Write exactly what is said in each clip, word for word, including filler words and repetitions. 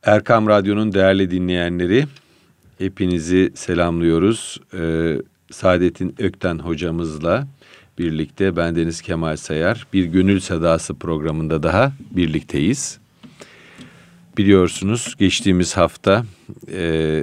Erkam Radyo'nun değerli dinleyenleri, hepinizi selamlıyoruz. Ee, Saadettin Ökten hocamızla birlikte bendeniz Kemal Sayar bir Gönül Sadası programında daha birlikteyiz. Biliyorsunuz geçtiğimiz hafta e,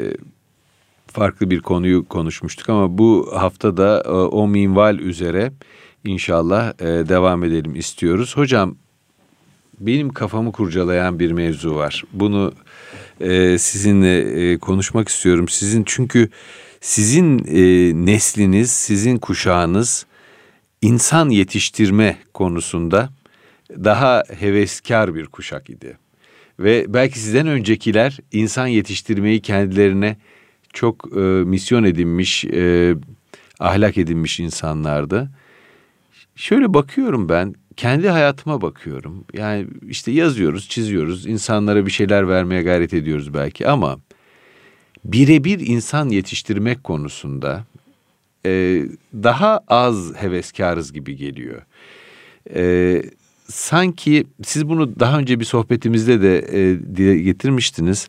farklı bir konuyu konuşmuştuk ama bu hafta da e, o minval üzere inşallah e, devam edelim istiyoruz. Hocam, benim kafamı kurcalayan bir mevzu var. Bunu e, sizinle e, konuşmak istiyorum. Sizin çünkü sizin e, nesliniz, sizin kuşağınız insan yetiştirme konusunda daha heveskar bir kuşak idi. Ve belki sizden öncekiler insan yetiştirmeyi kendilerine çok e, misyon edinmiş, e, ahlak edinmiş insanlardı. Şöyle bakıyorum ben, kendi hayatıma bakıyorum. Yani işte yazıyoruz, çiziyoruz, insanlara bir şeyler vermeye gayret ediyoruz belki ama birebir insan yetiştirmek konusunda e, daha az heveskarız gibi geliyor. E, sanki siz bunu daha önce bir sohbetimizde de e, dile getirmiştiniz.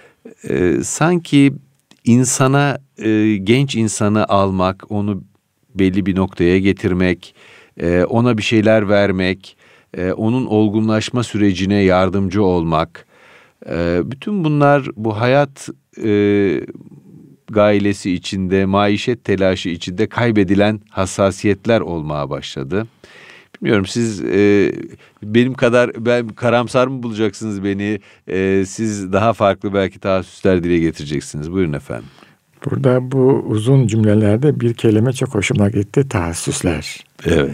E, sanki insana, e, genç insanı almak, onu belli bir noktaya getirmek, e, ona bir şeyler vermek, e, onun olgunlaşma sürecine yardımcı olmak, e, bütün bunlar bu hayat e, gailesi içinde, maişet telaşı içinde kaybedilen hassasiyetler olmaya başladı. Bilmiyorum, siz e, benim kadar ben karamsar mı bulacaksınız beni? E, siz daha farklı belki tahassüsler dile getireceksiniz. Buyurun efendim. Burada bu uzun cümlelerde bir kelime çok hoşuma gitti. Tahassüsler. Evet.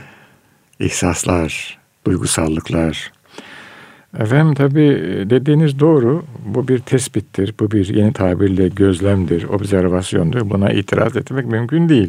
İhsaslar, duygusallıklar. Efendim tabii dediğiniz doğru. Bu bir tespittir. Bu bir yeni tabirle gözlemdir, observasyondur. Buna itiraz etmek mümkün değil.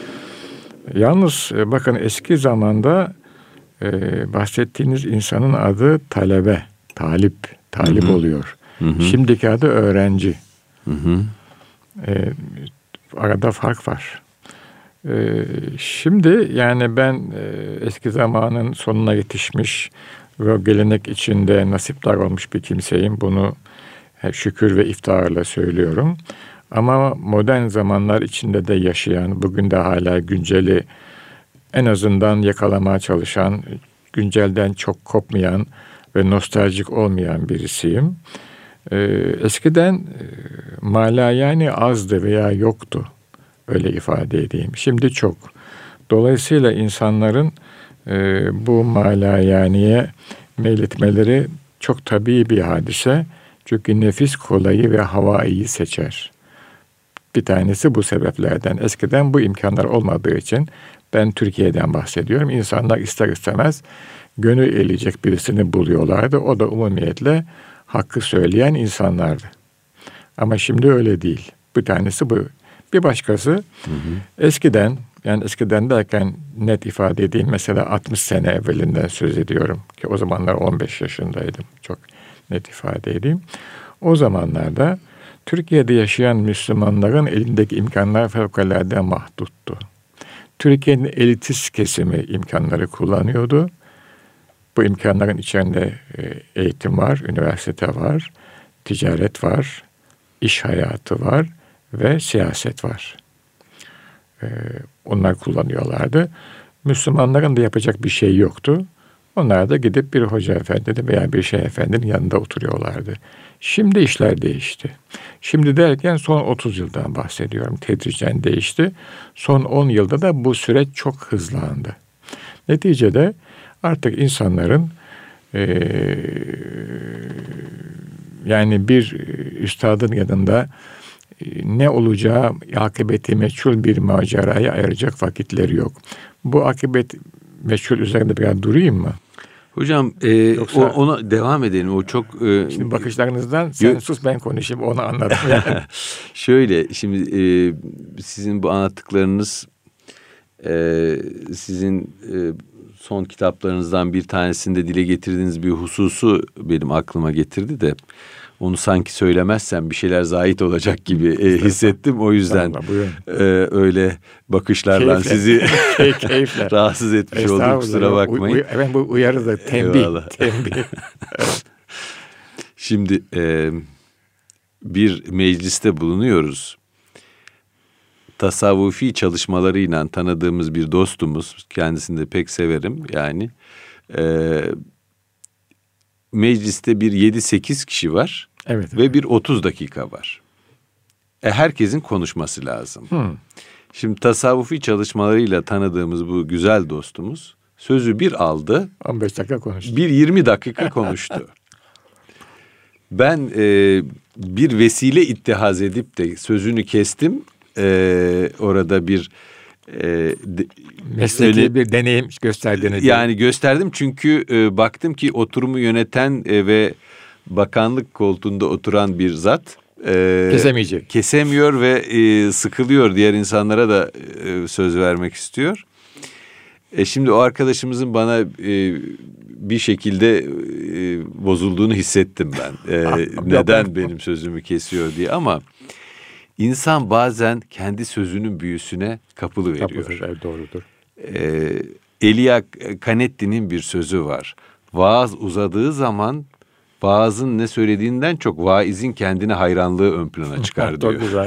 Yalnız bakın eski zamanda e, bahsettiğiniz insanın adı talebe, talip, talip hı hı. oluyor. Hı hı. Şimdiki adı öğrenci. Hı hı. E, arada fark var. E, şimdi yani ben e, eski zamanın sonuna yetişmiş ve gelenek içinde nasipdar olmuş bir kimseyim. Bunu şükür ve iftiharla söylüyorum. Ama modern zamanlar içinde de yaşayan, bugün de hala günceli en azından yakalamaya çalışan, güncelden çok kopmayan ve nostaljik olmayan birisiyim. Ee, eskiden e, malayani azdı veya yoktu, öyle ifade edeyim. Şimdi çok. Dolayısıyla insanların e, bu malayaniye meyletmeleri çok tabii bir hadise. Çünkü nefis kolayı ve havaiyi seçer. Bir tanesi bu sebeplerden. Eskiden bu imkanlar olmadığı için, ben Türkiye'den bahsediyorum, İnsanlar ister istemez gönül eleyecek birisini buluyorlardı. O da umumiyetle hakkı söyleyen insanlardı. Ama şimdi öyle değil. Bir tanesi bu. Bir başkası hı hı. eskiden, yani eskiden derken net ifade edeyim, mesela altmış sene evvelinden söz ediyorum ki o zamanlar on beş yaşındaydım. Çok net ifade edeyim. O zamanlarda Türkiye'de yaşayan Müslümanların elindeki imkanlar fevkalade mahduttu. Türkiye'nin elitist kesimi imkanları kullanıyordu. Bu imkanların içinde eğitim var, üniversite var, ticaret var, iş hayatı var ve siyaset var. Onlar kullanıyorlardı. Müslümanların da yapacak bir şey yoktu. Onlar da gidip bir hoca efendinin veya bir şeyh efendinin yanında oturuyorlardı. Şimdi işler değişti. Şimdi derken son otuz yıldan bahsediyorum. Tedricen değişti. Son on yılda da bu süreç çok hızlandı. Neticede artık insanların e, yani bir üstadın yanında e, ne olacağı akıbeti meçhul bir maceraya ayıracak vakitleri yok. Bu akıbet meçhul üzerinde biraz durayım mı? Hocam e, Yoksa, o, ona devam edelim. O çok e, şimdi bakışlarınızdan sen yok, sus ben konuşayım, onu anladım. Yani. Şöyle şimdi e, sizin bu anlattıklarınız e, sizin e, son kitaplarınızdan bir tanesinde dile getirdiğiniz bir hususu benim aklıma getirdi de onu sanki söylemezsem bir şeyler zahit olacak gibi e, hissettim. O yüzden e, öyle bakışlarla keyifle. sizi keyifle. rahatsız etmiş oldum, kusura bakmayın. Uy, evet, bu uyarı da tembih. tembih. Evet. Şimdi e, bir mecliste bulunuyoruz. Tasavvufi çalışmalarıyla tanıdığımız bir dostumuz, kendisini de pek severim yani. E, mecliste bir yedi sekiz kişi var, evet, ve evet. bir otuz dakika var. E, herkesin konuşması lazım. Hmm. Şimdi tasavvufi çalışmalarıyla tanıdığımız bu güzel dostumuz sözü bir aldı. on beş dakika konuştu. Bir yirmi dakika konuştu. Ben e, bir vesile ittihaz edip de sözünü kestim. E, orada bir e, de, mesleki öyle, bir deneyim gösterdiğini. Yani gösterdim çünkü e, baktım ki oturumu yöneten e, ve bakanlık koltuğunda oturan bir zat e, kesemeyecek. Kesemiyor ve e, sıkılıyor. Diğer insanlara da e, söz vermek istiyor. E, şimdi o arkadaşımızın bana e, bir şekilde e, bozulduğunu hissettim ben. E, neden benim sözümü kesiyor diye, ama insan bazen kendi sözünün büyüsüne kapılı veriyor. Kapılı, evet, doğrudur. E, Elia Canetti'nin bir sözü var. Vaaz uzadığı zaman vaazın ne söylediğinden çok vaizin kendine hayranlığı ön plana çıkar diyor. Çok güzel.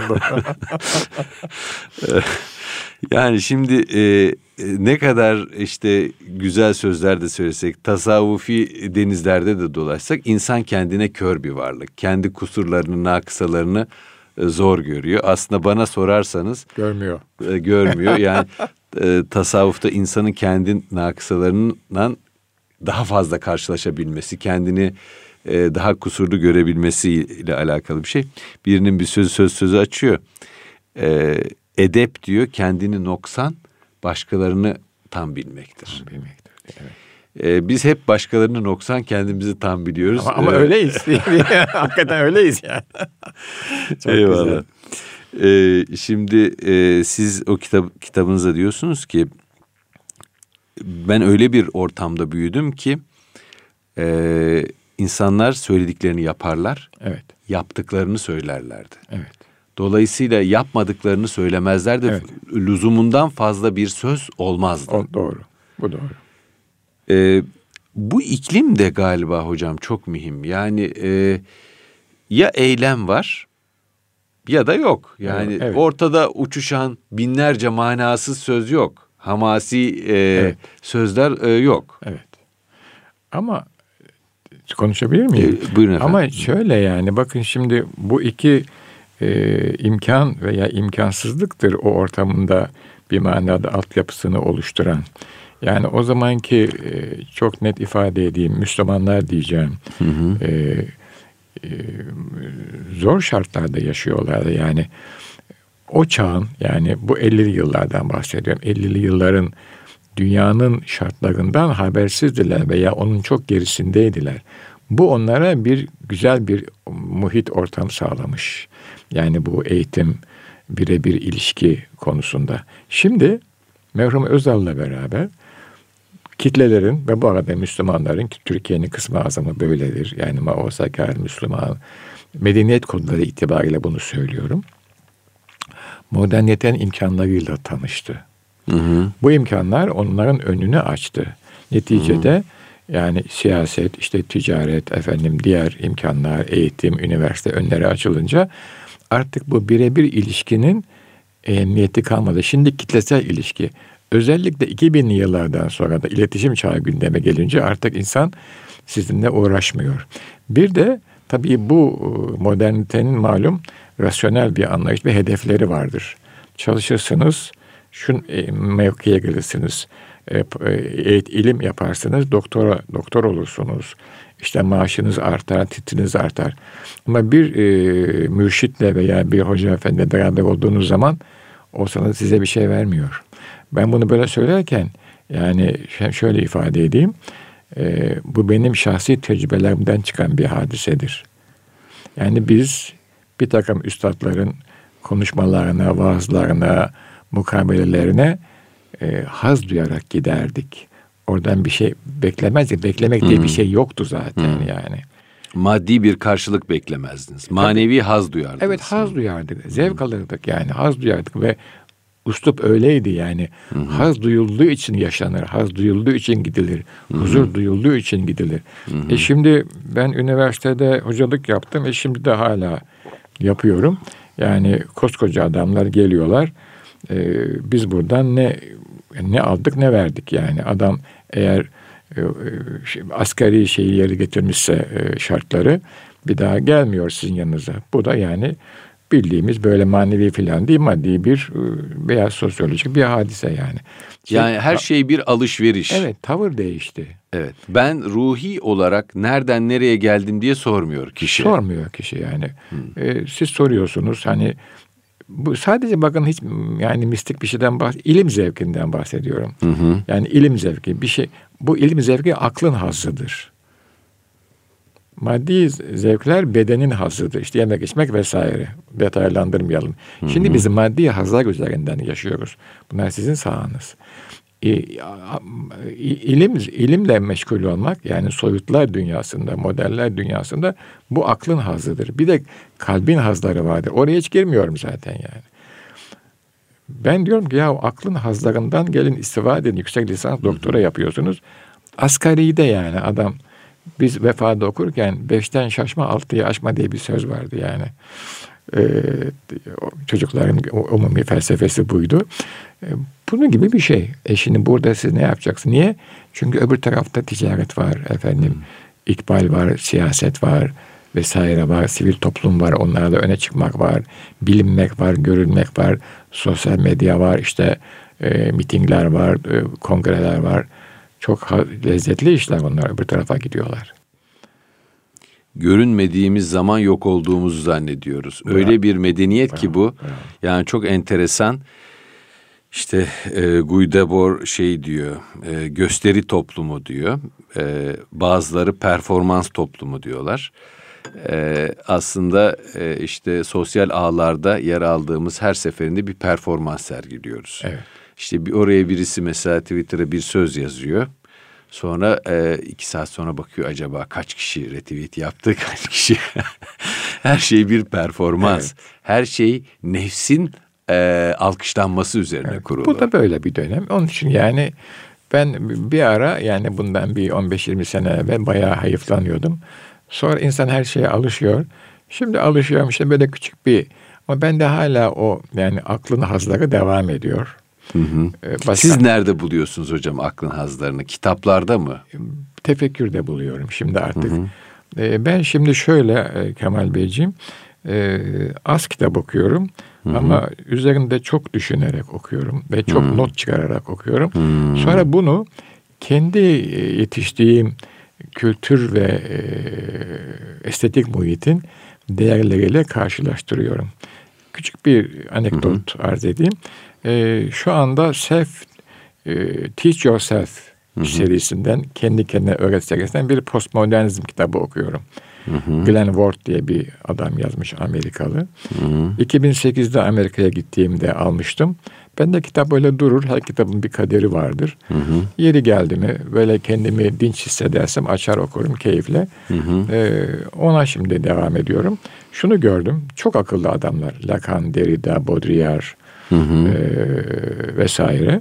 Yani şimdi e, ne kadar işte güzel sözler de söylesek, tasavvufi denizlerde de dolaşsak, insan kendine kör bir varlık. Kendi kusurlarını, nakısalarını e, zor görüyor. Aslında bana sorarsanız görmüyor. E, görmüyor. Yani e, tasavvufta insanın kendi nakısalarından daha fazla karşılaşabilmesi, kendini e, daha kusurlu görebilmesiyle alakalı bir şey. Birinin bir sözü söz sözü açıyor. E, edep diyor, kendini noksan, başkalarını tam bilmektir. Tam bilmektir. Evet. E, biz hep başkalarını noksan, kendimizi tam biliyoruz. Ama, ama e, öyleyiz. Hakikaten öyleyiz yani. Çok eyvallah. Güzel. E, şimdi e, siz o kitap kitabınızda diyorsunuz ki, ben öyle bir ortamda büyüdüm ki e, insanlar söylediklerini yaparlar, evet, yaptıklarını söylerlerdi. Evet. Dolayısıyla yapmadıklarını söylemezlerdi. Evet. Lüzumundan fazla bir söz olmazdı. O, doğru. Bu doğru. Ee, bu iklim de galiba hocam çok mühim. Yani e, ya eylem var ya da yok. Yani evet. ortada uçuşan binlerce manasız söz yok. Hamasi e, evet. sözler e, yok. Evet. Ama konuşabilir miyim? Ee, buyurun efendim. Ama şöyle, yani bakın şimdi bu iki e, imkan veya imkansızlıktır o ortamında bir manada altyapısını oluşturan. Yani o zamanki e, çok net ifade edeyim, Müslümanlar diyeceğim. Hı hı. E, e, zor şartlarda yaşıyorlardı. Yani o çağın, yani bu ellili yıllardan bahsediyorum. ellili yılların dünyanın şartlarından habersizdiler veya onun çok gerisindeydiler. Bu onlara bir güzel bir muhit, ortam sağlamış. Yani bu eğitim, birebir ilişki konusunda. Şimdi merhum Özal'la beraber kitlelerin ve bu arada Müslümanların, ki Türkiye'nin kısmı azamı böyledir. Yani muhafazakar Müslüman, medeniyet konuları itibariyle bunu söylüyorum. Moderniyetin imkanlarıyla tanıştı. Hı hı. Bu imkanlar onların önünü açtı. Neticede hı hı. yani siyaset, işte ticaret, efendim diğer imkanlar, eğitim, üniversite önleri açılınca artık bu birebir ilişkinin ehemmiyeti kalmadı. Şimdi kitlesel ilişki. Özellikle iki binli yıllardan sonra da iletişim çağı gündeme gelince artık insan sizinle uğraşmıyor. Bir de tabii bu modernitenin malum rasyonel bir anlayış ve hedefleri vardır. Çalışırsınız, şu mevkiye gelirsiniz, e, ilim yaparsınız, doktora doktor olursunuz. İşte maaşınız artar, titriniz artar. Ama bir e, mürşitle veya bir hoca efendiyle beraber olduğunuz zaman o sana size bir şey vermiyor. Ben bunu böyle söylerken yani şöyle ifade edeyim. E, bu benim şahsi tecrübelerimden çıkan bir hadisedir. Yani biz bir takım üstadların konuşmalarına, vaazlarına, mukabelelerine e, haz duyarak giderdik. Oradan bir şey beklemezdik. Beklemek diye hmm. bir şey yoktu zaten hmm. yani. Maddi bir karşılık beklemezdiniz. Manevi Tabii. haz duyardınız. Evet, haz duyardık. Zevk hmm. alırdık yani. Haz duyardık ve Üslup öyleydi yani. Hı hı. Haz duyulduğu için yaşanır. Haz duyulduğu için gidilir. Hı hı. Huzur duyulduğu için gidilir. Hı hı. E şimdi ben üniversitede hocalık yaptım. E şimdi de hala yapıyorum. Yani koskoca adamlar geliyorlar. E, biz buradan ne ne aldık ne verdik yani. Adam eğer e, şey, asgari şeyi yeri getirmişse e, şartları bir daha gelmiyor sizin yanınıza. Bu da yani bildiğimiz böyle manevi filan değil, maddi bir veya sosyolojik bir hadise yani. Yani her şey bir alışveriş. Evet, tavır değişti. Evet. Ben ruhi olarak nereden nereye geldim diye sormuyor kişi. Sormuyor kişi yani. Hmm. Ee, siz soruyorsunuz hani bu sadece bakın hiç yani mistik bir şeyden bahs ilim zevkinden bahsediyorum. Hı hı. Yani ilim zevki bir şey. Bu ilim zevki aklın hazzıdır. Maddi zevkler bedenin hazzıdır. İşte yemek içmek vesaire. Detaylandırmayalım. Hı hı. Şimdi biz maddi hazlar üzerinden yaşıyoruz. Bunlar sizin sahanız. İlim, ilimle meşgul olmak yani soyutlar dünyasında, modeller dünyasında bu aklın hazzıdır. Bir de kalbin hazları vardır. Oraya hiç girmiyorum zaten yani. Ben diyorum ki ya aklın hazlarından gelin istifade edin. Yüksek lisans doktora yapıyorsunuz. Asgari de yani adam biz vefada okurken beşten şaşma altıyı aşma diye bir söz vardı yani. Ee, çocukların umumi felsefesi buydu. Ee, bunun gibi bir şey. E şimdi burada siz ne yapacaksınız? Niye? Çünkü öbür tarafta ticaret var efendim. İkbal var, siyaset var vesaire var. Sivil toplum var. Onlarla öne çıkmak var. Bilinmek var, görülmek var. Sosyal medya var. İşte e, mitingler var, e, kongreler var. Çok lezzetli işler onlar. Öbür tarafa gidiyorlar. Görünmediğimiz zaman yok olduğumuzu zannediyoruz. Bravo. Öyle bir medeniyet bravo, ki bu. Bravo. Yani çok enteresan. İşte e, Guy Debord şey diyor, e, gösteri toplumu diyor. E, bazıları performans toplumu diyorlar. E, aslında e, işte sosyal ağlarda yer aldığımız her seferinde bir performans sergiliyoruz. Evet. İşte bir oraya birisi mesela Twitter'a bir söz yazıyor. Sonra e, iki saat sonra bakıyor acaba kaç kişi retweet yaptı, kaç kişi. Her şey bir performans. Evet. Her şey nefsin e, alkışlanması üzerine evet, kurulu. Bu da böyle bir dönem. Onun için yani ben bir ara yani bundan bir on beş yirmi sene evvel bayağı hayıflanıyordum. Sonra insan her şeye alışıyor. Şimdi alışıyorum işte böyle küçük bir ama bende hala o yani aklın hazları devam ediyor. Hı hı. Başka, siz nerede buluyorsunuz hocam aklın hazlarını? Kitaplarda mı? Tefekkürde buluyorum şimdi artık. Hı hı. Ben şimdi şöyle Kemal Beyciğim az kitap okuyorum. Hı hı. Ama üzerinde çok düşünerek okuyorum ve çok hı. not çıkararak okuyorum. Hı. Sonra bunu kendi yetiştiğim kültür ve estetik muhitin değerleriyle karşılaştırıyorum. Küçük bir anekdot hı hı. arz edeyim. Ee, şu anda Self e, Teach Yourself hı hı. serisinden kendi kendine öğret serisinden bir postmodernizm kitabı okuyorum. Hı hı. Glenn Ward diye bir adam yazmış Amerikalı. Hı hı. iki bin sekizde Amerika'ya gittiğimde almıştım. Ben de kitap böyle durur. Her kitabın bir kaderi vardır. Hı hı. Yeri geldi mi böyle kendimi dinç hissedersem açar okurum keyifle. Hı hı. Ee, ona şimdi devam ediyorum. Şunu gördüm. Çok akıllı adamlar. Lacan, Derrida, Baudrillard hı hı. E, vesaire.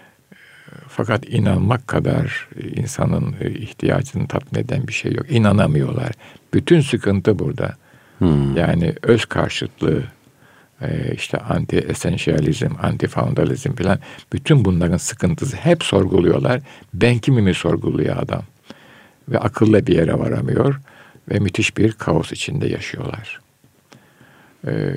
Fakat inanmak kadar insanın ihtiyacını tatmin eden bir şey yok. İnanamıyorlar. Bütün sıkıntı burada. Hmm. Yani öz karşıtlığı, işte anti-esenşiyalizm, anti-foundalizm falan. Bütün bunların sıkıntısı hep sorguluyorlar. Ben kimimi sorguluyor adam. Ve akılla bir yere varamıyor. Ve müthiş bir kaos içinde yaşıyorlar. Ee,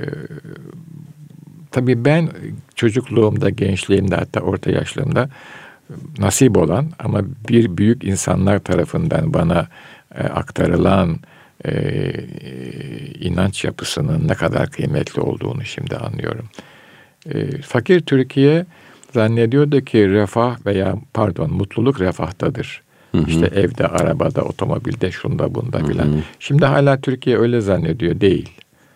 tabii ben çocukluğumda, gençliğimde hatta orta yaşlığımda nasip olan ama bir büyük insanlar tarafından bana e, aktarılan e, inanç yapısının ne kadar kıymetli olduğunu şimdi anlıyorum. E, fakir Türkiye zannediyordu ki refah veya pardon mutluluk refahtadır. Hı hı. İşte evde, arabada, otomobilde, şunda, bunda filan. Şimdi hala Türkiye öyle zannediyor. Değil.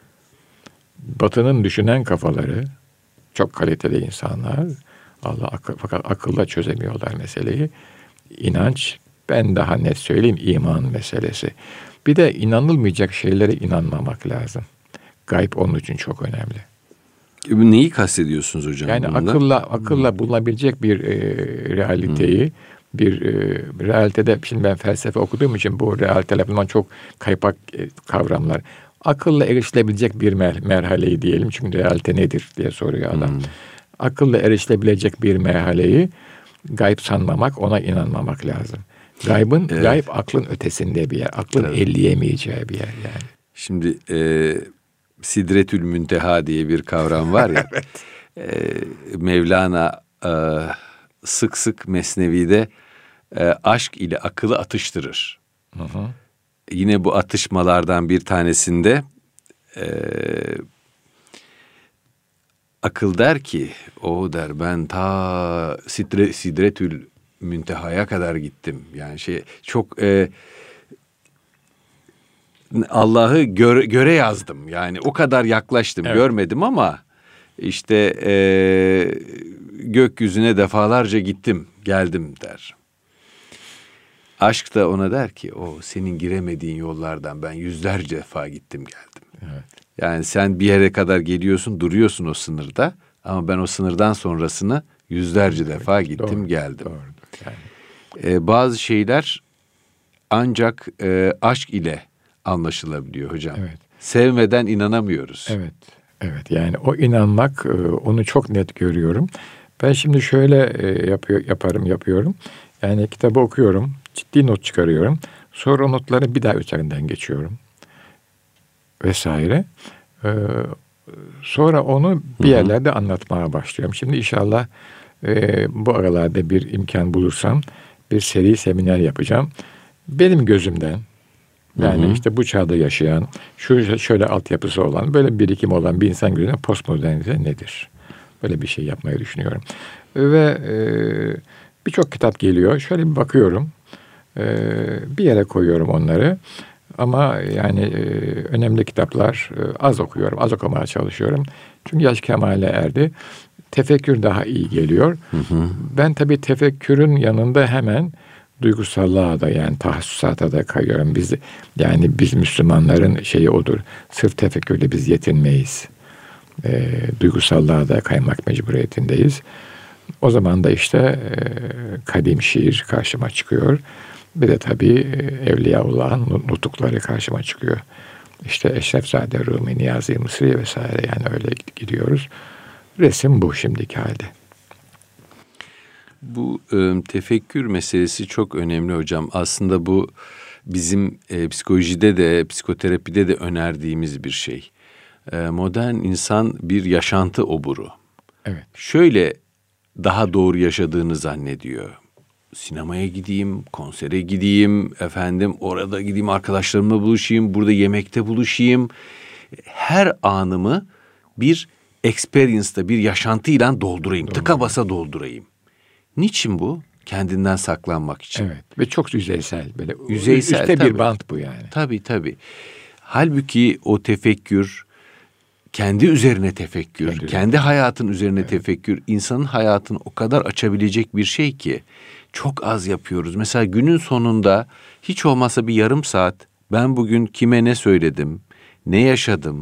Batı'nın düşünen kafaları çok kaliteli insanlar. Allah akıl, fakat akılla çözemiyorlar meseleyi. İnanç, ben daha net söyleyeyim, iman meselesi. Bir de inanılmayacak şeylere inanmamak lazım. Gayb onun için çok önemli. Neyi kastediyorsunuz hocam? Yani bunda? akılla akılla bulunabilecek bir e, realiteyi, hmm. bir e, realitede, şimdi ben felsefe okuduğum için bu realiteler bundan çok kaypak e, kavramlar. Akılla erişilebilecek bir mer- merhaleyi diyelim. Çünkü realite nedir diye soruyor adam. Hmm. Akılla erişilebilecek bir merhaleyi gayb sanmamak, ona inanmamak lazım. Gaybın, evet. Gayb aklın ötesinde bir yer. Aklın evet. elleyemeyeceği bir yer yani. Şimdi e, Sidretül Münteha diye bir kavram var ya. Evet. e, Mevlana e, sık sık Mesnevi'de e, aşk ile akılı atıştırır. Hı hı. Yine bu atışmalardan bir tanesinde e, akıl der ki, o der ben ta Sidre, Sidretül Münteha'ya kadar gittim. Yani şey çok e, Allah'ı gör, göre yazdım. Yani o kadar yaklaştım, evet. Görmedim ama işte e, gökyüzüne defalarca gittim, geldim der. Aşk da ona der ki, o senin giremediğin yollardan ben yüzlerce defa gittim, geldim. Evet. Yani sen bir yere kadar geliyorsun, duruyorsun o sınırda ama ben o sınırdan sonrasını yüzlerce evet, defa gittim, doğru, geldim. Doğrudur. Yani. Ee, bazı şeyler ancak e, aşk ile anlaşılabiliyor hocam. Evet. Sevmeden inanamıyoruz. Evet, evet. Yani o inanmak, onu çok net görüyorum. Ben şimdi şöyle yapıyor, yaparım, yapıyorum. Yani kitabı okuyorum, ciddi not çıkarıyorum. Sonra o notları bir daha üzerinden geçiyorum. Vesaire. Ee, sonra onu bir yerlerde anlatmaya başlıyorum. Şimdi inşallah e, bu aralarda bir imkan bulursam bir seri seminer yapacağım. Benim gözümden, yani hı hı. işte bu çağda yaşayan, şu şöyle altyapısı olan, böyle bir birikim olan bir insan gözünden postmodernite nedir? Böyle bir şey yapmayı düşünüyorum. Ve e, birçok kitap geliyor. Şöyle bir bakıyorum. E, bir yere koyuyorum onları. Ama yani e, önemli kitaplar e, az okuyorum. Az okumaya çalışıyorum. Çünkü yaş kemale erdi. Tefekkür daha iyi geliyor. Hı hı. Ben tabii tefekkürün yanında hemen duygusallığa da, yani tahassusata da kayıyorum. Biz, yani biz Müslümanların şeyi odur. Sırf tefekkürle biz yetinmeyiz. E, duygusallığa da kaymak mecburiyetindeyiz. O zaman da işte e, kadim şiir karşıma çıkıyor. Bir de tabii Evliyaullah'ın nutukları karşıma çıkıyor. İşte Eşrefzade Rumi, Niyazi Mısri vesaire, yani öyle gidiyoruz. Resim bu şimdiki halde. Bu e, tefekkür meselesi çok önemli hocam. Aslında bu bizim e, psikolojide de, psikoterapide de önerdiğimiz bir şey. E, modern insan bir yaşantı oburu. Evet. Şöyle daha doğru yaşadığını zannediyor. Sinemaya gideyim, konsere gideyim, efendim orada gideyim, arkadaşlarımla buluşayım, burada yemekte buluşayım. Her anımı bir experience'da, bir yaşantıyla doldurayım, Doğru. tıka basa doldurayım. Niçin bu? Kendinden saklanmak için. Evet. Ve çok yüzeysel, böyle yüzeysel, üstte tabii. bir bant bu yani. Tabii tabii. Halbuki o tefekkür, kendi üzerine tefekkür, kendi, kendi hayatın üzerine evet. tefekkür, insanın hayatını o kadar açabilecek bir şey ki çok az yapıyoruz. Mesela günün sonunda hiç olmazsa bir yarım saat ben bugün kime ne söyledim, ne yaşadım,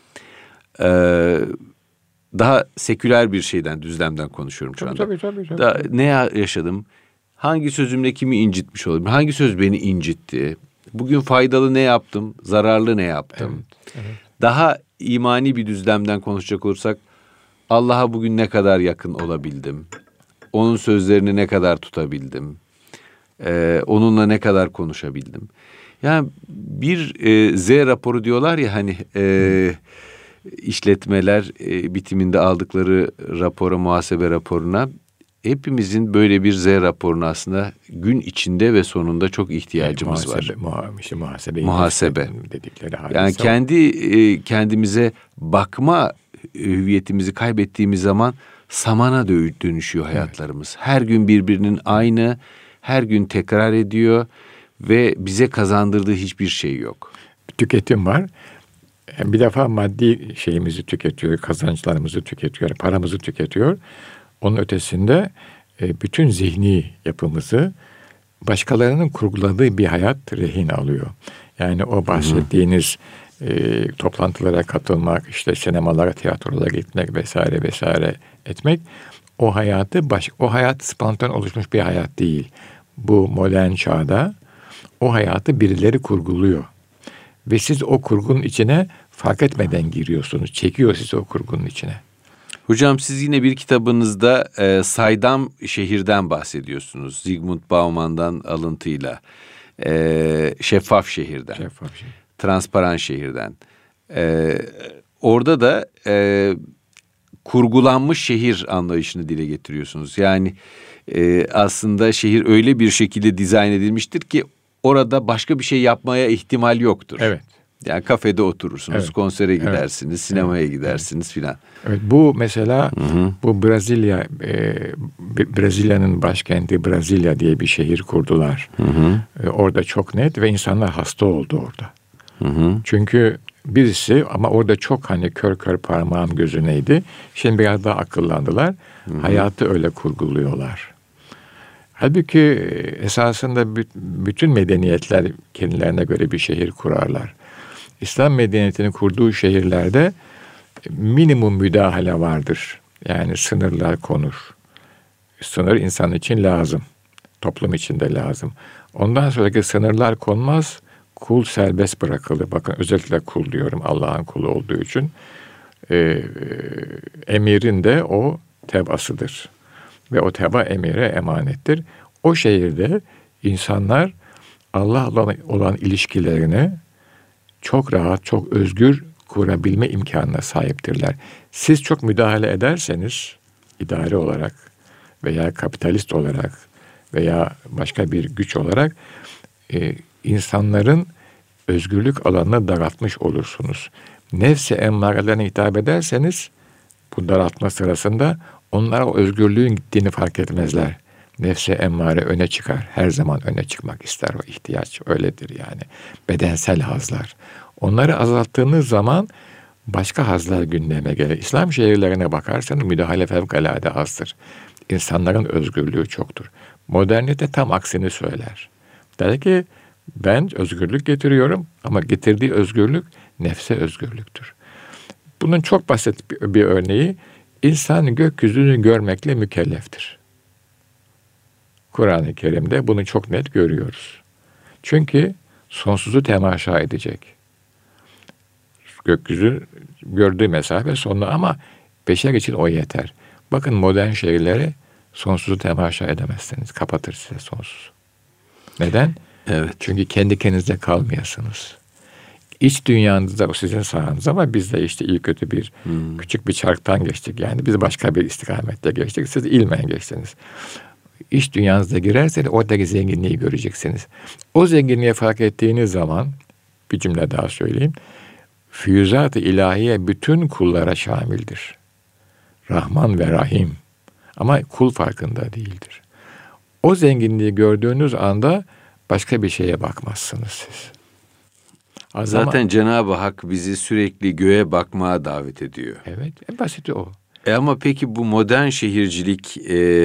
ee, daha seküler bir şeyden, düzlemden konuşuyorum şu tabii, anda. Tabii tabii tabii. Daha, ne yaşadım, hangi sözümle kimi incitmiş olabilirim, hangi söz beni incitti, bugün faydalı ne yaptım, zararlı ne yaptım. Evet, evet. Daha imani bir düzlemden konuşacak olursak Allah'a bugün ne kadar yakın olabildim, onun sözlerini ne kadar tutabildim, ee, onunla ne kadar konuşabildim. Yani bir e, Z raporu diyorlar ya hani e, işletmeler e, bitiminde aldıkları rapora, muhasebe raporuna, hepimizin böyle bir Z raporuna aslında gün içinde ve sonunda çok ihtiyacımız yani muhasebe, var. Muha, işte muhasebe. Muhasebe. Dedikleri yani kendi e, kendimize bakma hüviyetimizi kaybettiğimiz zaman samana dönüşüyor hayatlarımız. Evet. Her gün birbirinin aynı, her gün tekrar ediyor ve bize kazandırdığı hiçbir şey yok. Tüketim var. Bir defa maddi şeyimizi tüketiyor, kazançlarımızı tüketiyor, paramızı tüketiyor. Onun ötesinde bütün zihni yapımızı başkalarının kurguladığı bir hayat rehin alıyor. Yani o bahsettiğiniz e, toplantılara katılmak, işte sinemalara, tiyatrolara gitmek vesaire vesaire etmek o hayatı baş, o hayat spontan oluşmuş bir hayat değil. Bu modern çağda o hayatı birileri kurguluyor. Ve siz o kurgunun içine fark etmeden giriyorsunuz. Çekiyor sizi o kurgunun içine. Hocam siz yine bir kitabınızda e, saydam şehirden bahsediyorsunuz. Zygmunt Bauman'dan alıntıyla. E, şeffaf şehirden. Şeffaf şehir. Transparan şehirden. E, orada da e, kurgulanmış şehir anlayışını dile getiriyorsunuz. Yani e, aslında şehir öyle bir şekilde dizayn edilmiştir ki orada başka bir şey yapmaya ihtimal yoktur. Evet. Yani kafede oturursunuz, evet. konsere gidersiniz, evet. sinemaya evet. gidersiniz evet. filan. Evet, bu mesela hı hı. bu Brezilya, e, Brezilya'nın başkenti Brezilya diye bir şehir kurdular. Hı hı. E, orada çok net ve insanlar hasta oldu orada. Hı hı. Çünkü birisi ama orada çok hani kör kör parmağım gözüneydi. Şimdi biraz daha akıllandılar. Hı hı. Hayatı öyle kurguluyorlar. Halbuki esasında bütün medeniyetler kendilerine göre bir şehir kurarlar. İslam medeniyetini kurduğu şehirlerde minimum müdahale vardır. Yani sınırlar konur. Sınır insan için lazım. Toplum için de lazım. Ondan sonraki sınırlar konmaz. Kul serbest bırakılır. Bakın özellikle kul diyorum Allah'ın kulu olduğu için. Ee, emirin de o tebaasıdır. Ve o teba emire emanettir. O şehirde insanlar Allah'la olan ilişkilerini çok rahat, çok özgür kurabilme imkanına sahiptirler. Siz çok müdahale ederseniz idari olarak veya kapitalist olarak veya başka bir güç olarak e, insanların özgürlük alanını daraltmış olursunuz. Nefsi emmarelerine hitap ederseniz bu daraltma sırasında onlar o özgürlüğün gittiğini fark etmezler. Nefse emmare öne çıkar. Her zaman öne çıkmak ister, o ihtiyaç öyledir yani. Bedensel hazlar. Onları azalttığınız zaman başka hazlar gündeme gelir. İslam şehirlerine bakarsanız müdahale fevkalade azdır. İnsanların özgürlüğü çoktur. Modernite tam aksini söyler. Der ki ben özgürlük getiriyorum ama getirdiği özgürlük nefse özgürlüktür. Bunun çok basit bir, bir örneği, insan gökyüzünü görmekle mükelleftir. Kur'an-ı Kerim'de bunu çok net görüyoruz. Çünkü sonsuzu temaşa edecek. Gökyüzü gördüğü mesafe sonlu ama beşer için o yeter. Bakın modern şehirleri sonsuzu temaşa edemezsiniz. Kapatır size sonsuz. Neden? Evet. Çünkü kendi kendinize kalmayasınız. İç dünyanızda o sizin sahanız ama biz de işte iyi kötü bir hmm. küçük bir çarktan geçtik. Yani biz başka bir istikamette geçtik. Siz ilmen geçtiniz. İç dünyanızda girerseniz oradaki zenginliği göreceksiniz. O zenginliği fark ettiğiniz zaman bir cümle daha söyleyeyim. Füyüzat-ı ilahiye bütün kullara şamildir. Rahman ve Rahim. Ama kul farkında değildir. O zenginliği gördüğünüz anda başka bir şeye bakmazsınız siz. Az Zaten ama, Cenab-ı Hak bizi sürekli göğe bakmaya davet ediyor. Evet, en basiti o. E ama peki bu modern şehircilik e,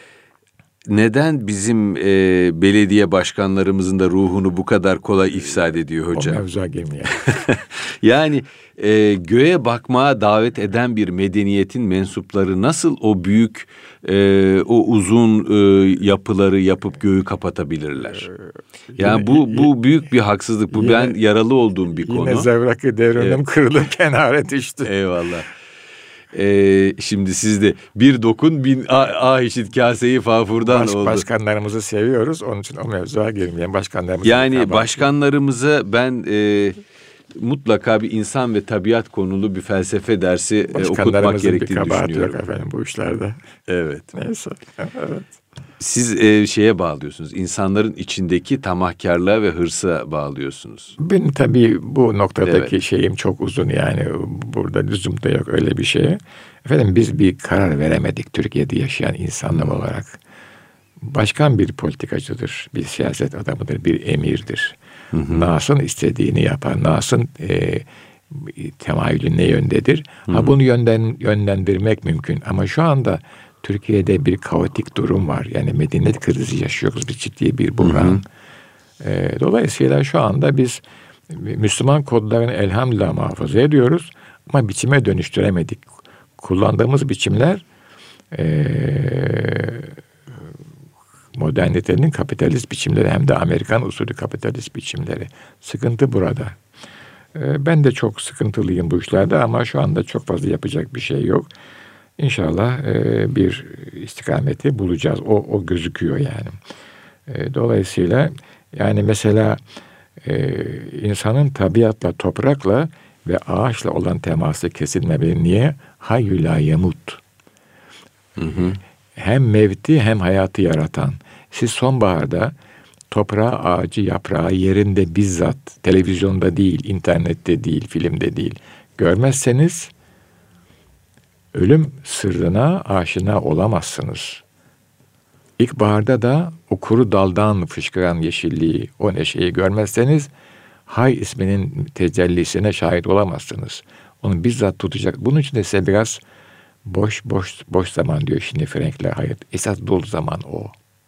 neden bizim e, belediye başkanlarımızın da ruhunu bu kadar kolay ifsad ediyor hocam? O mevzuya girmeyelim. Yani e, göğe bakmaya davet eden bir medeniyetin mensupları nasıl o büyük, e, o uzun e, yapıları yapıp göğü kapatabilirler? Yani bu bu büyük bir haksızlık. Bu yine, ben yaralı olduğum bir yine konu. Yine zevrak-ı devranım evet. kırılır kenara düştü. Eyvallah. Ee, şimdi siz de bir dokun bin a, a eşit kaseyi fafurdan Baş, oldu. Başkanlarımızı seviyoruz. Onun için o mevzuya girmeyen başkanlarımızı. Yani başkanlarımıza ben e, mutlaka bir insan ve tabiat konulu bir felsefe dersi e, okutmak gerektiğini düşünüyorum. Bir yok efendim bu işlerde. Evet. Neyse. Evet. Siz e, şeye bağlıyorsunuz. İnsanların içindeki tamahkarlığa ve hırsa bağlıyorsunuz. Benim tabii bu noktadaki evet. şeyim çok uzun yani. Burada lüzum da yok öyle bir şeye. Efendim biz bir karar veremedik Türkiye'de yaşayan insanlar hmm. olarak. Başkan bir politikacıdır, bir siyaset adamıdır, bir emirdir. Hı hı. Nas'ın istediğini yapar. Nas'ın e, temayülü ne yöndedir? Hı hı. Ha bunu yönden, yönlendirmek mümkün. Ama şu anda Türkiye'de bir kaotik durum var. Yani medeniyet krizi yaşıyoruz. Bir ciddi bir buhran. Hı hı. E, dolayısıyla şu anda biz Müslüman kodlarını elhamdülillah muhafaza ediyoruz ama biçime dönüştüremedik. Kullandığımız biçimler e, modernitenin kapitalist biçimleri hem de Amerikan usulü kapitalist biçimleri. Sıkıntı burada. E, ben de çok sıkıntılıyım bu işlerde ama şu anda çok fazla yapacak bir şey yok. İnşallah e, bir istikameti bulacağız. O, o gözüküyor yani. E, dolayısıyla yani mesela e, insanın tabiatla, toprakla ve ağaçla olan teması kesilmemeli. Niye? Hayyü la yemut. Hı hı. Hem mevti hem hayatı yaratan. Siz sonbaharda toprağı, ağacı, yaprağı yerinde bizzat, televizyonda değil, internette değil, filmde değil, görmezseniz ölüm sırrına aşina olamazsınız. İlkbaharda da o kuru daldan fışkıran yeşilliği, o neşeyi görmezseniz Hay isminin tecellisine şahit olamazsınız. Onu bizzat tutacak. Bunun için de size biraz boş boş boş zaman diyor şimdi Frankler. Hayır, esas dolu zaman o.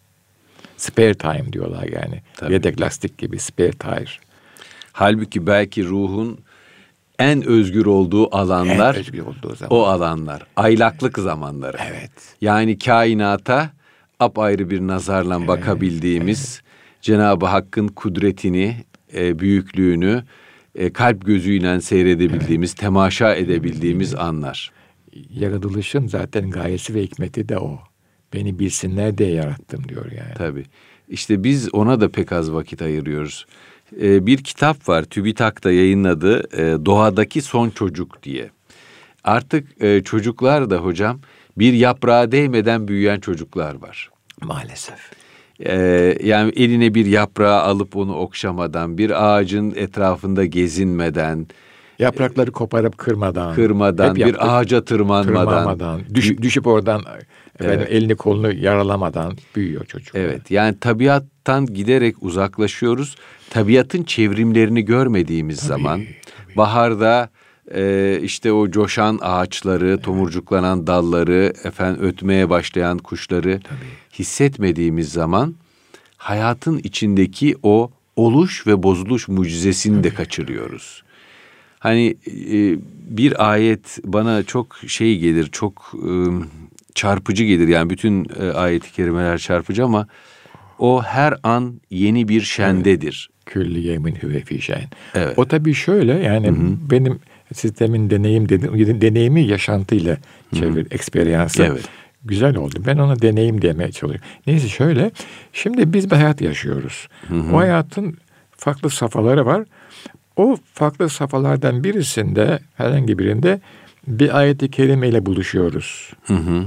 Spare time diyorlar yani. Tabii. Yedek lastik gibi spare tire. Halbuki belki ruhun en özgür olduğu alanlar, En özgür olduğu zaman. o alanlar. Aylaklık zamanları. Evet. Yani kainata apayrı bir nazarla evet, bakabildiğimiz, evet, Cenab-ı Hakk'ın kudretini, e, büyüklüğünü e, kalp gözüyle seyredebildiğimiz, evet, temaşa edebildiğimiz evet, anlar. Yaratılışın zaten gayesi ve hikmeti de o. Beni bilsinler diye yarattım diyor yani. Tabii. İşte biz ona da pek az vakit ayırıyoruz. Ee, bir kitap var, TÜBİTAK'ta yayınladı, e, Doğadaki Son Çocuk diye. Artık e, çocuklar da hocam bir yaprağa değmeden büyüyen çocuklar var. Maalesef. Ee, yani eline bir yaprağı alıp onu okşamadan, bir ağacın etrafında gezinmeden, yaprakları koparıp kırmadan, kırmadan, bir ağaca tırmanmadan, tırmanmadan düş, düşüp oradan efendim, evet, elini kolunu yaralamadan büyüyor çocuk. Evet, yani tabiattan giderek uzaklaşıyoruz. Tabiatın çevrimlerini görmediğimiz tabii, zaman, tabii, baharda e, işte o coşan ağaçları, evet, tomurcuklanan dalları, efendim ötmeye başlayan kuşları tabii, hissetmediğimiz zaman hayatın içindeki o oluş ve bozuluş mucizesini tabii, de kaçırıyoruz. Hani e, bir ayet bana çok şey gelir, çok e, çarpıcı gelir. Yani bütün e, ayet-i kerimeler çarpıcı ama o her an yeni bir şendedir. Külli yemin hüve fî şen. Evet. O tabii şöyle yani, hı hı, benim sistemin deneyim dedim, deneyimi yaşantıyla çevir, eksperyansı. Evet. Güzel oldu. Ben ona deneyim demeye çalışıyorum. Neyse şöyle, şimdi biz bir hayat yaşıyoruz. Hı hı. O hayatın farklı safhaları var. O farklı safhalardan birisinde, herhangi birinde bir ayet-i kerimeyle buluşuyoruz. Hı hı.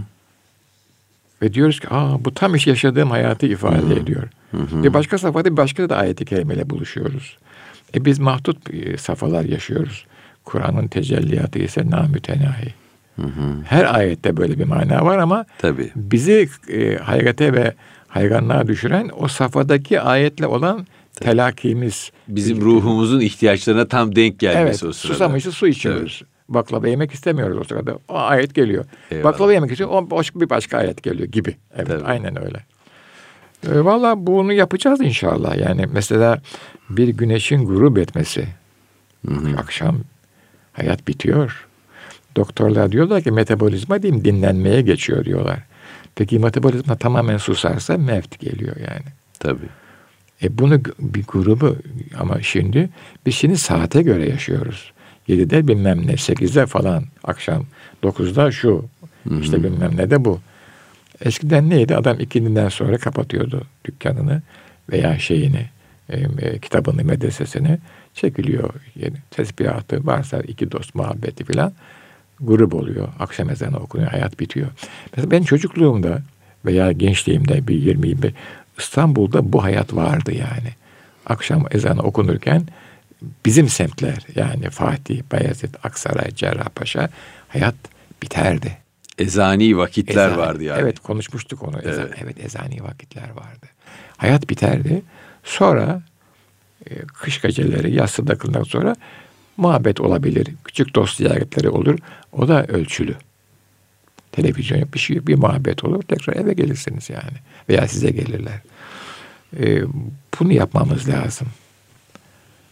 Ve diyoruz ki, aa bu tam iş yaşadığım hayatı ifade hı hı, ediyor. Hı hı. Bir başka safhada bir başka da ayet-i kerimeyle buluşuyoruz. E biz mahdut safhalar yaşıyoruz. Kur'an'ın tecelliyatı ise namütenahi. Hı hı. Her ayette böyle bir mana var ama tabii, bizi e, hayrete ve hayranlığa düşüren o safhadaki ayetle olan telakimiz. Bizim ruhumuzun ihtiyaçlarına tam denk gelmesi, evet, o sırada. Susamışız, su içiyoruz. Evet. Baklava yemek istemiyoruz o sırada. O ayet geliyor. Eyvallah. Baklava yemek istiyor, o başka bir başka ayet geliyor gibi. Evet, tabii, aynen öyle. E, Valla bunu yapacağız inşallah. Yani mesela bir güneşin grup etmesi. Hı hı. Akşam hayat bitiyor. Doktorlar diyorlar ki metabolizma diyeyim dinlenmeye geçiyor diyorlar. Peki metabolizma tamamen susarsa mevt geliyor yani. Tabii. E bunu bir grubu ama şimdi biz şimdi saate göre yaşıyoruz. yedide bilmem ne, sekizde falan, akşam dokuzda şu, hı-hı, işte bilmem ne de bu. Eskiden neydi? Adam ikindiden sonra kapatıyordu dükkanını veya şeyini, e, e, kitabını, medresesini, çekiliyor. Yani tesbihatı varsa iki dost muhabbeti filan, grup oluyor. Akşam ezanı okunuyor, hayat bitiyor. Mesela ben çocukluğumda veya gençliğimde bir yirmi yirmi beş İstanbul'da bu hayat vardı yani. Akşam ezanı okunurken bizim semtler yani Fatih, Bayezid, Aksaray, Cerrahpaşa hayat biterdi. Ezani vakitler ezani, vardı yani. Evet, konuşmuştuk onu. Evet. Ezan, evet, ezani vakitler vardı. Hayat biterdi. Sonra e, kış geceleri yassı kılınan sonra muhabbet olabilir. Küçük dost ziyaretleri olur. O da ölçülü. Televizyon bir şey, bir muhabbet olur. Tekrar eve gelirsiniz yani. Veya size gelirler. Ee, bunu yapmamız lazım.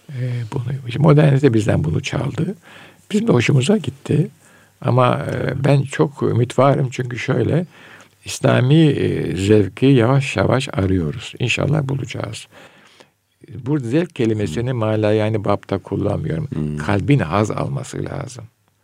E, bunu, modernite bizden bunu çaldı. Bizim de hoşumuza gitti. Ama e, ben çok ümit varım çünkü şöyle, İslami e, zevki yavaş yavaş arıyoruz. İnşallah bulacağız. Bu zevk kelimesini hmm. mala yani bapta kullanmıyorum. Hmm. Kalbin haz alması lazım.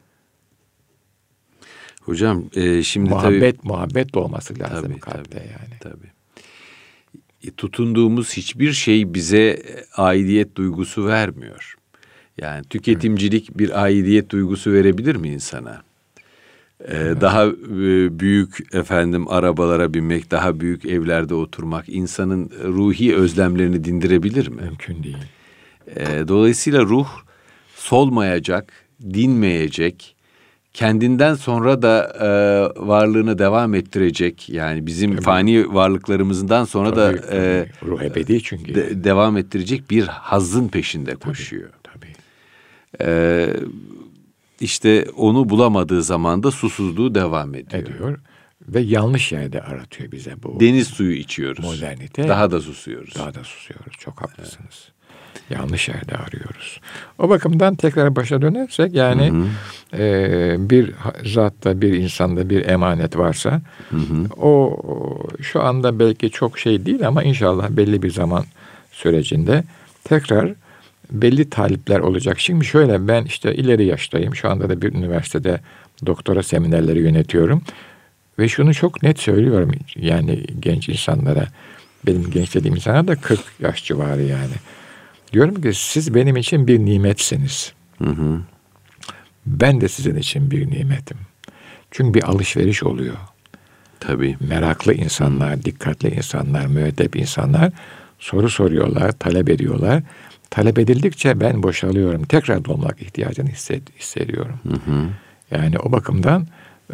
Hocam e, şimdi muhabbet tabii, muhabbet de olması lazım tabii, kalpte tabii, yani. Tabii. Tutunduğumuz hiçbir şey bize aidiyet duygusu vermiyor. Yani tüketimcilik evet. bir aidiyet duygusu verebilir mi insana? Ee, evet. Daha e, büyük efendim arabalara binmek, daha büyük evlerde oturmak insanın ruhi özlemlerini dindirebilir mi? Mümkün değil. Ee, dolayısıyla ruh solmayacak, dinmeyecek, kendinden sonra da e, varlığını devam ettirecek. Yani bizim tabii. fani varlıklarımızdan sonra tabii, da e, tabii. ruh ebedi çünkü de, devam ettirecek bir hazzın peşinde koşuyor. Tabii. tabii. Ee, işte onu bulamadığı zaman da susuzluğu devam ediyor. ediyor. Ve yanlış yerde aratıyor bize bu. Deniz suyu içiyoruz. Modernite. Daha da susuyoruz. Daha da susuyoruz. Çok haklısınız. Evet. Yanlış yerde arıyoruz. O bakımdan tekrar başa dönersek yani e, bir zatta, bir insanda bir emanet varsa hı hı. o şu anda belki çok şey değil ama inşallah belli bir zaman sürecinde tekrar belli talipler olacak. Şimdi şöyle, ben işte ileri yaştayım. Şu anda da bir üniversitede doktora seminerleri yönetiyorum. Ve şunu çok net söylüyorum yani genç insanlara, benim genç dediğim insanlara da kırk yaş civarı yani. Diyorum ki siz benim için bir nimetsiniz. Hı hı. Ben de sizin için bir nimetim. Çünkü bir alışveriş oluyor. Tabii. Meraklı insanlar, hı. dikkatli insanlar, müeddep insanlar soru soruyorlar, talep ediyorlar. Talep edildikçe ben boşalıyorum. Tekrar dolmak ihtiyacını hissediyorum. Hı hı. Yani o bakımdan e,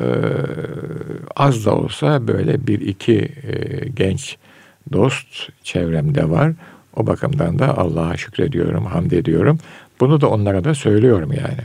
az da olsa böyle bir iki e, genç dost çevremde var. O bakımdan da Allah'a şükrediyorum, hamd ediyorum. Bunu da onlara da söylüyorum yani.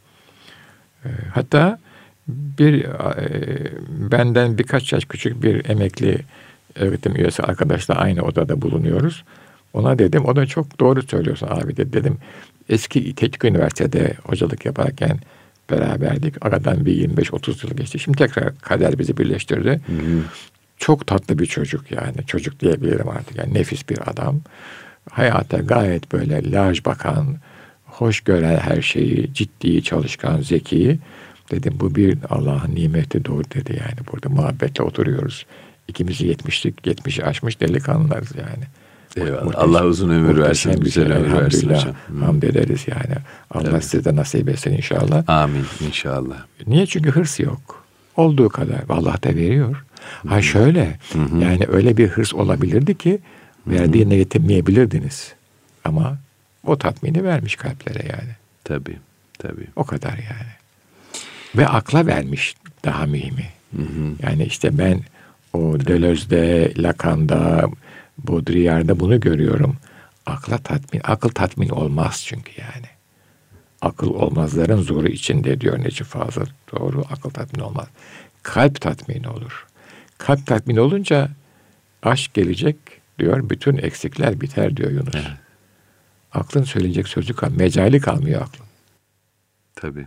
E, hatta bir e, benden birkaç yaş küçük bir emekli öğretim üyesi arkadaşla aynı odada bulunuyoruz. Ona dedim, o da çok doğru söylüyorsun abi de dedim. Eski Teknik Üniversitede hocalık yaparken beraberdik. Aradan bir yirmi beş otuz yıl geçti. Şimdi tekrar kader bizi birleştirdi. Hı hı. Çok tatlı bir çocuk yani. Çocuk diyebilirim artık. Yani nefis bir adam. Hayata gayet böyle laj bakan, hoş gören her şeyi, ciddi, çalışkan, zeki. Dedim bu bir Allah'ın nimeti doğru dedi yani. Burada muhabbetle oturuyoruz. İkimiz yetmişlik, yetmişi aşmış delikanlılarız yani. Eyvallah. Muhteşem, Allah uzun ömür versin, güzel ömür versin hocam. Hamd ederiz yani. Allah evet. size de nasip etsin inşallah. Amin inşallah. Niye? Çünkü hırs yok. Olduğu kadar. Allah da veriyor. Hı-hı. Ha şöyle, Hı-hı. yani öyle bir hırs olabilirdi ki verdiğine yetinmeyebilirdiniz. Ama o tatmini vermiş kalplere yani. Tabii, tabii. O kadar yani. Ve akla vermiş daha mühimi. Hı-hı. Yani işte ben o Deleuze'de, Lacan'da, Baudrillard'da bunu görüyorum. Akla tatmin, akıl tatmin olmaz çünkü yani. Akıl olmazların zoru içinde diyor Necip Fazıl. Doğru, akıl tatmin olmaz. Kalp tatmin olur. Kalp tatmin olunca aşk gelecek diyor. Bütün eksikler biter diyor Yunus. Evet. Aklın söyleyecek sözü kalmıyor. Mecali kalmıyor aklın. Tabii.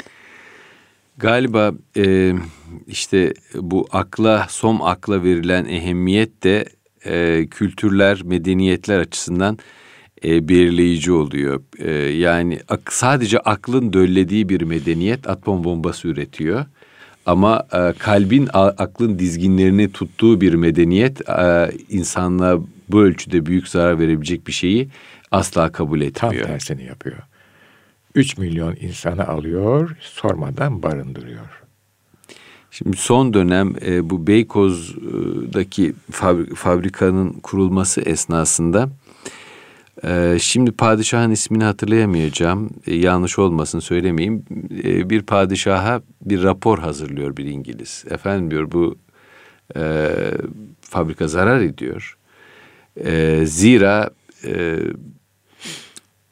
Galiba e, işte bu akla, som akla verilen ehemmiyet de e, kültürler, medeniyetler açısından e, belirleyici oluyor. E, yani ak, sadece aklın döllediği bir medeniyet atom bombası üretiyor. Ama e, kalbin, a, aklın dizginlerini tuttuğu bir medeniyet e, insanlığa bu ölçüde büyük zarar verebilecek bir şeyi asla kabul etmiyor. Tam tersini yapıyor. Üç milyon insanı alıyor, sormadan barındırıyor. Şimdi son dönem e, bu Beykoz'daki fabri, fabrikanın kurulması esnasında e, şimdi padişahın ismini hatırlayamayacağım, e, yanlış olmasın söylemeyeyim, e, bir padişaha bir rapor hazırlıyor bir İngiliz. Efendim diyor bu e, fabrika zarar ediyor. E, zira e,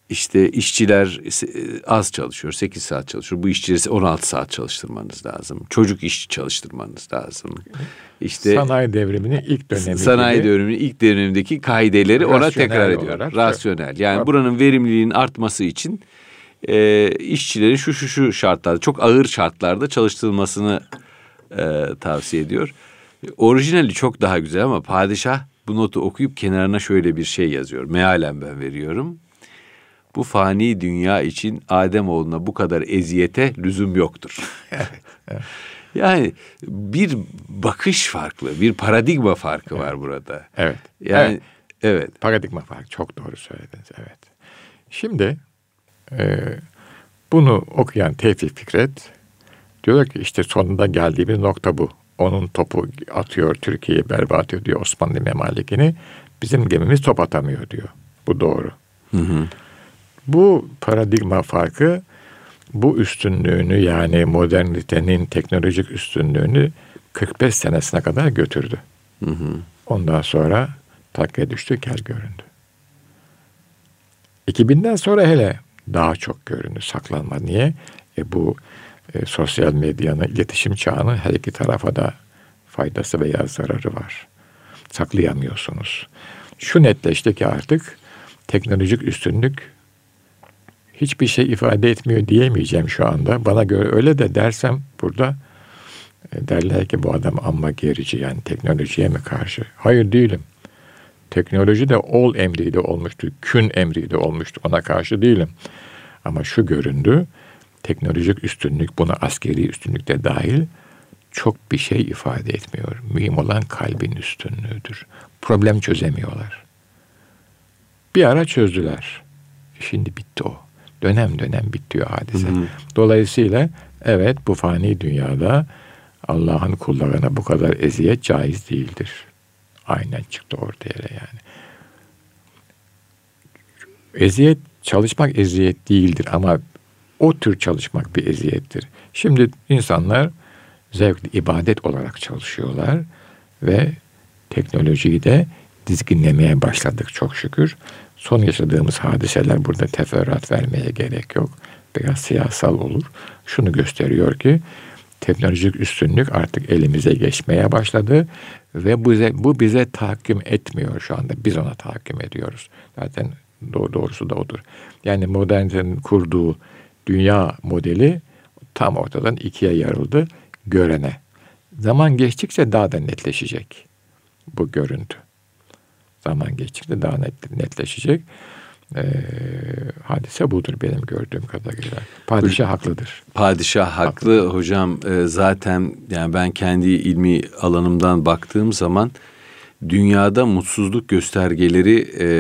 İşte işçiler az çalışıyor, sekiz saat çalışıyor. Bu işçileri on altı saat çalıştırmanız lazım. Çocuk işçi çalıştırmanız lazım. İşte sanayi devriminin ilk dönemi. Sanayi devriminin ilk dönemindeki kaideleri ona tekrar ediyor. Olarak, rasyonel. Yani tabii. Buranın verimliliğinin artması için e, işçilerin şu şu şu şartlarda, çok ağır şartlarda çalıştırılmasını e, tavsiye ediyor. Orijinali çok daha güzel ama padişah bu notu okuyup kenarına şöyle bir şey yazıyor. Mealen ben veriyorum. Bu fani dünya için Ademoğluna bu kadar eziyete lüzum yoktur. Evet, evet. Yani bir bakış farklı, bir paradigma farkı evet. var burada. Evet. Yani evet. evet. Paradigma farkı, çok doğru söylediniz. Evet. Şimdi e, bunu okuyan Tevfik Fikret diyor ki işte sonunda geldiğimiz nokta bu. Onun topu atıyor, Türkiye'yi berbat ediyor, Osmanlı memalekini. Bizim gemimiz top atamıyor diyor. Bu doğru. Hı hı. Bu paradigma farkı bu üstünlüğünü, yani modernitenin teknolojik üstünlüğünü kırk beş senesine kadar götürdü. Hı hı. Ondan sonra takkaya düştü, kel göründü. iki binden sonra hele daha çok göründü, saklanma. Niye? E bu e, sosyal medyanın, iletişim çağının her iki tarafa da faydası veya zararı var. Saklayamıyorsunuz. Şu netleşti ki artık teknolojik üstünlük hiçbir şey ifade etmiyor diyemeyeceğim şu anda. Bana göre öyle de dersem burada e, derler ki bu adam amma gerici, yani teknolojiye mi karşı? Hayır, değilim. Teknoloji de ol emriyle olmuştu, kün emriyle olmuştu. Ona karşı değilim. Ama şu göründü, teknolojik üstünlük, buna askeri üstünlük de dahil, çok bir şey ifade etmiyor. Mühim olan kalbin üstünlüğüdür. Problem çözemiyorlar. Bir ara çözdüler. Şimdi bitti o. Dönem dönem bitiyor hadise. Hı hı. Dolayısıyla evet, bu fani dünyada Allah'ın kullarına bu kadar eziyet caiz değildir. Aynen çıktı ortaya yani. Eziyet, çalışmak eziyet değildir ama o tür çalışmak bir eziyettir. Şimdi insanlar zevkli, ibadet olarak çalışıyorlar ve teknolojiyi de dizginlemeye başladık çok şükür. Son yaşadığımız hadiseler, burada teferruat vermeye gerek yok. Biraz siyasal olur. Şunu gösteriyor ki teknolojik üstünlük artık elimize geçmeye başladı ve bu bize, bu bize tahakküm etmiyor şu anda. Biz ona tahakküm ediyoruz. Zaten doğ, doğrusu da odur. Yani modernitenin kurduğu dünya modeli tam ortadan ikiye yarıldı görene. Zaman geçtikçe daha da netleşecek bu görüntü. Zaman geçtikçe daha net, netleşecek. Ee, hadise budur benim gördüğüm kadarıyla. Padişah haklıdır. Padişah haklı, haklı. Hocam. E, zaten yani ben kendi ilmi alanımdan baktığım zaman dünyada mutsuzluk göstergeleri e,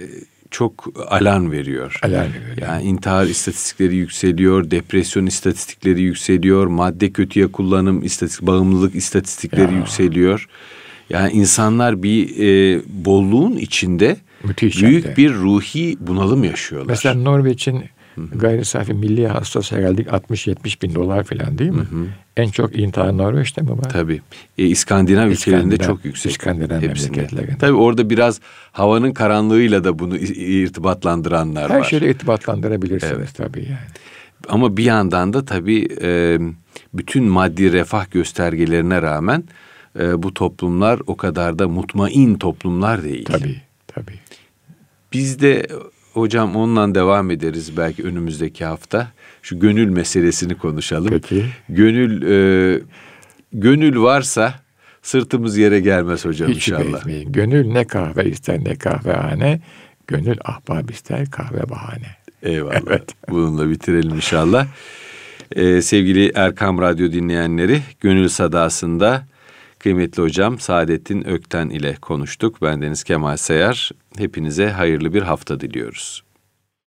çok alarm veriyor. Alarm veriyor. Yani intihar istatistikleri yükseliyor, depresyon istatistikleri yükseliyor, madde kötüye kullanım istatistik, bağımlılık istatistikleri ya. yükseliyor. Yani insanlar bir e, bolluğun içinde müthiş büyük yani. Bir ruhi bunalım yaşıyorlar. Mesela Norveç'in Hı-hı. gayri safi milli hastası herhalde altmış yetmiş bin dolar falan değil mi? Hı-hı. En çok intihar Norveç'te mi var? Tabii. E, İskandinav ülkelerinde çok yüksek. İskandinav memleketlerinde. Tabii orada biraz havanın karanlığıyla da bunu irtibatlandıranlar Her var. Her şeyle irtibatlandırabilirsiniz evet. tabii yani. Ama bir yandan da tabii e, bütün maddi refah göstergelerine rağmen e, bu toplumlar o kadar da mutmain toplumlar değil. Tabii, tabii. Biz de hocam onunla devam ederiz belki önümüzdeki hafta. Şu gönül meselesini konuşalım. Peki. Gönül e, gönül varsa sırtımız yere gelmez hocam Hiç inşallah. Etmeyin. Gönül ne kahve ister ne kahvehane. Gönül ahbab ister kahve bahane. Eyvallah. Evet. Bununla bitirelim inşallah. Ee, sevgili Erkam Radyo dinleyenleri, Gönül Sadası'nda kıymetli hocam Saadettin Ökten ile konuştuk. Ben Deniz Kemal Sayar. Hepinize hayırlı bir hafta diliyoruz.